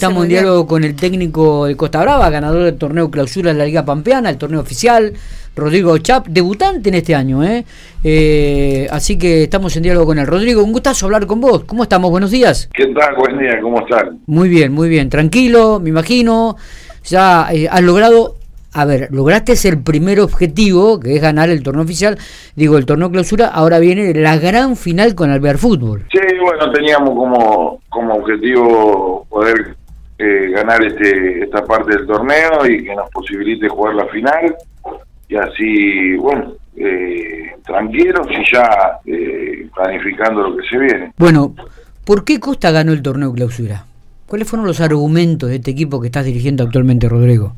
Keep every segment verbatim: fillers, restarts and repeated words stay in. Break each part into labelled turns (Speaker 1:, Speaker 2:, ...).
Speaker 1: Estamos en diálogo con el técnico de Costa Brava, ganador del torneo clausura de la Liga Pampeana, el torneo oficial, Rodrigo Chap, debutante en este año, ¿eh? Eh, así que estamos en diálogo con él. Rodrigo, un gustazo hablar con vos. ¿Cómo estamos? Buenos días.
Speaker 2: ¿Qué tal? Buen día, ¿cómo están?
Speaker 1: Muy bien, muy bien. Tranquilo, me imagino. Ya eh, has logrado, a ver, lograste el primer objetivo, que es ganar el torneo oficial, digo, el torneo clausura. Ahora viene la gran final con Alvear Fútbol.
Speaker 2: Sí, bueno, teníamos como, como objetivo poder eh, ganar este esta parte del torneo y que nos posibilite jugar la final. Y así, bueno, eh, tranquilos y ya eh, planificando lo que se viene.
Speaker 1: Bueno, ¿por qué Costa ganó el torneo clausura? ¿Cuáles fueron los argumentos de este equipo que estás dirigiendo actualmente, Rodrigo?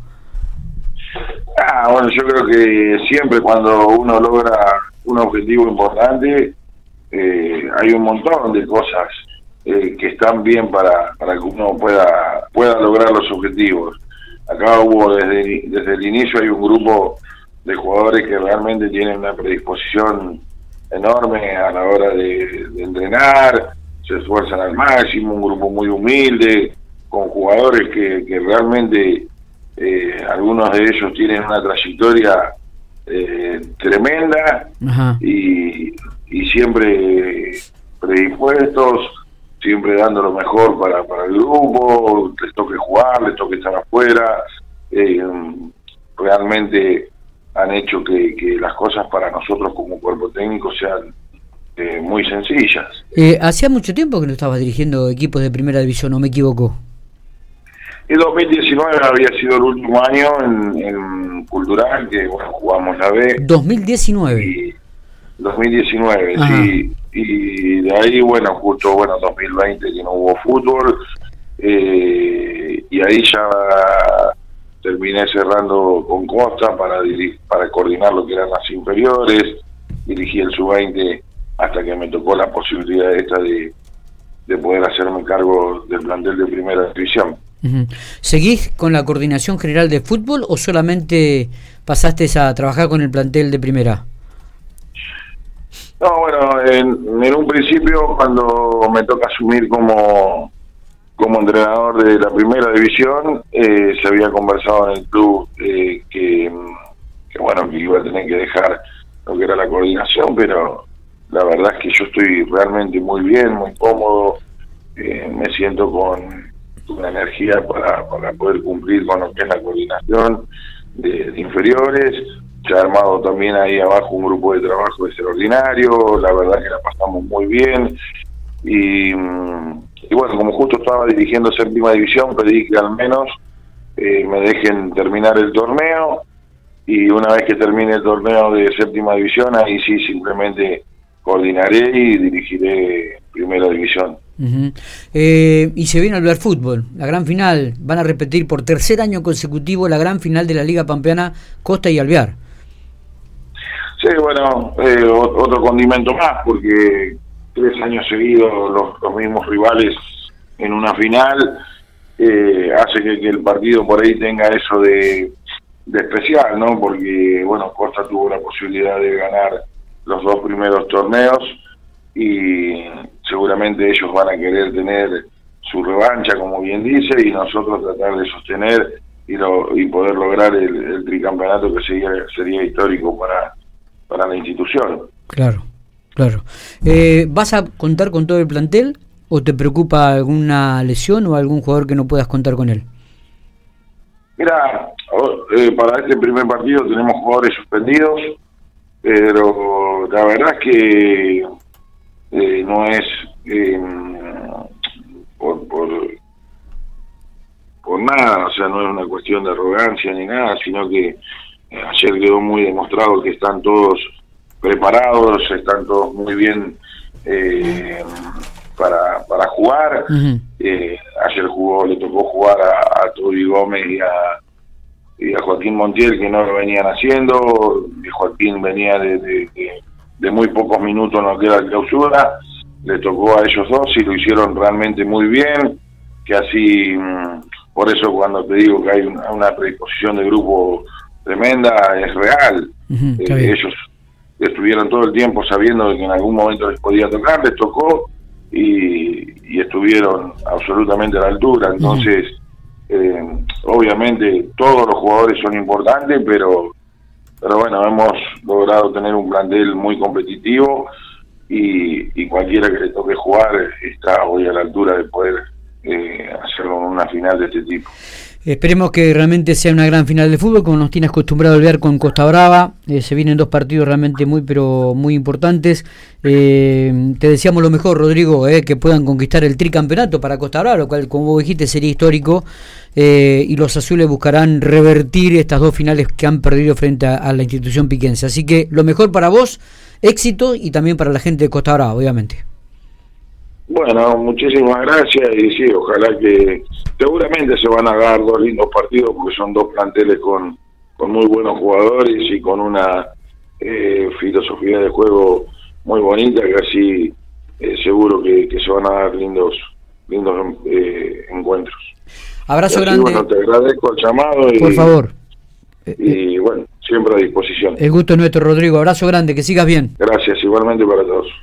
Speaker 2: Ah, bueno, yo creo que siempre cuando uno logra un objetivo importante, eh, hay un montón de cosas eh, que están bien para, para que uno pueda, pueda lograr los objetivos. Acá hubo desde, desde el inicio hay un grupo de jugadores que realmente tienen una predisposición enorme a la hora de, de entrenar, se esfuerzan al máximo, un grupo muy humilde, con jugadores que, que realmente eh, algunos de ellos tienen una trayectoria eh, tremenda.
Speaker 1: Ajá.
Speaker 2: y, y siempre predispuestos, siempre dando lo mejor para, para el grupo, les toque jugar, les toque estar afuera, eh, realmente han hecho que, que las cosas para nosotros como cuerpo técnico sean eh, muy sencillas.
Speaker 1: Eh, Hacía mucho tiempo que no estabas dirigiendo equipos de primera división, ¿no me equivoco?
Speaker 2: El dos mil diecinueve había sido el último año en, en Cultural, que bueno, jugamos la B.
Speaker 1: dos mil diecinueve.
Speaker 2: Y dos mil diecinueve,
Speaker 1: Ajá.
Speaker 2: Sí. Y de ahí, bueno, justo, bueno, dos mil veinte que no hubo fútbol, eh, y ahí ya terminé cerrando con Costa para dirigir, para coordinar lo que eran las inferiores, dirigí el sub veinte hasta que me tocó la posibilidad esta de, de poder hacerme cargo del plantel de primera división.
Speaker 1: Uh-huh. ¿Seguís con la coordinación general de fútbol o solamente pasaste a trabajar con el plantel de primera?
Speaker 2: No, bueno, en, en un principio cuando me toca asumir como como entrenador de la primera división, eh, se había conversado en el club eh, que, que bueno, que iba a tener que dejar lo que era la coordinación, pero la verdad es que yo estoy realmente muy bien, muy cómodo, eh, me siento con una energía para, para poder cumplir con lo que es la coordinación de, de inferiores. Se ha armado también ahí abajo un grupo de trabajo extraordinario, la verdad que la pasamos muy bien y, y bueno, como justo estaba dirigiendo séptima división, pedí que al menos eh, me dejen terminar el torneo y una vez que termine el torneo de séptima división, ahí sí simplemente coordinaré y dirigiré primera división.
Speaker 1: Uh-huh. Eh, y se viene a Alvear Fútbol, la gran final. Van a repetir por tercer año consecutivo la gran final de la Liga Pampeana, Costa y Alvear.
Speaker 2: Sí, bueno, eh, otro condimento más, porque tres años seguidos los, los mismos rivales en una final eh, hace que, que el partido por ahí tenga eso de, de especial, ¿no? Porque, bueno, Costa tuvo la posibilidad de ganar los dos primeros torneos y seguramente ellos van a querer tener su revancha, como bien dice, y nosotros tratar de sostener y, lo, y poder lograr el, el tricampeonato que sería, sería histórico para, para la institución.
Speaker 1: Claro, claro. Eh, ¿Vas a contar con todo el plantel o te preocupa alguna lesión o algún jugador que no puedas contar con él?
Speaker 2: Mira, eh, para este primer partido tenemos jugadores suspendidos, pero la verdad es que eh, no es eh, por, por por nada, o sea, no es una cuestión de arrogancia ni nada, sino que eh, ayer quedó muy demostrado que están todos preparados, están todos muy bien eh, para para jugar. Uh-huh. eh, ayer jugó, le tocó jugar a, a Toby Gómez y a y a Joaquín Montiel, que no lo venían haciendo. Y Joaquín venía de, de, de, de muy pocos minutos en lo que era la clausura, le tocó a ellos dos y lo hicieron realmente muy bien, que así, por eso cuando te digo que hay una, una predisposición de grupo tremenda, es real. Uh-huh, eh, ellos estuvieron todo el tiempo sabiendo que en algún momento les podía tocar, les tocó, y, y estuvieron absolutamente a la altura. Entonces, eh, obviamente todos los jugadores son importantes, pero pero bueno, hemos logrado tener un plantel muy competitivo y, y cualquiera que le toque jugar está hoy a la altura de poder eh, hacerlo en una final de este tipo.
Speaker 1: Esperemos que realmente sea una gran final de fútbol, como nos tiene acostumbrado el ver con Costa Brava. Eh, se vienen dos partidos realmente muy, pero muy importantes. Eh, te deseamos lo mejor, Rodrigo, eh, que puedan conquistar el tricampeonato para Costa Brava, lo cual, como vos dijiste, sería histórico. Eh, y los azules buscarán revertir estas dos finales que han perdido frente a, a la institución piquense. Así que lo mejor para vos, éxito, y también para la gente de Costa Brava, obviamente.
Speaker 2: Bueno, muchísimas gracias y sí, ojalá que seguramente se van a dar dos lindos partidos porque son dos planteles con, con muy buenos jugadores y con una eh, filosofía de juego muy bonita, que así eh, seguro que, que se van a dar lindos lindos eh, encuentros.
Speaker 1: Abrazo
Speaker 2: así,
Speaker 1: grande.
Speaker 2: Bueno, te agradezco el llamado y,
Speaker 1: por favor.
Speaker 2: Y bueno, siempre a disposición.
Speaker 1: El gusto es nuestro, Rodrigo. Abrazo grande, que sigas bien.
Speaker 2: Gracias, igualmente para todos.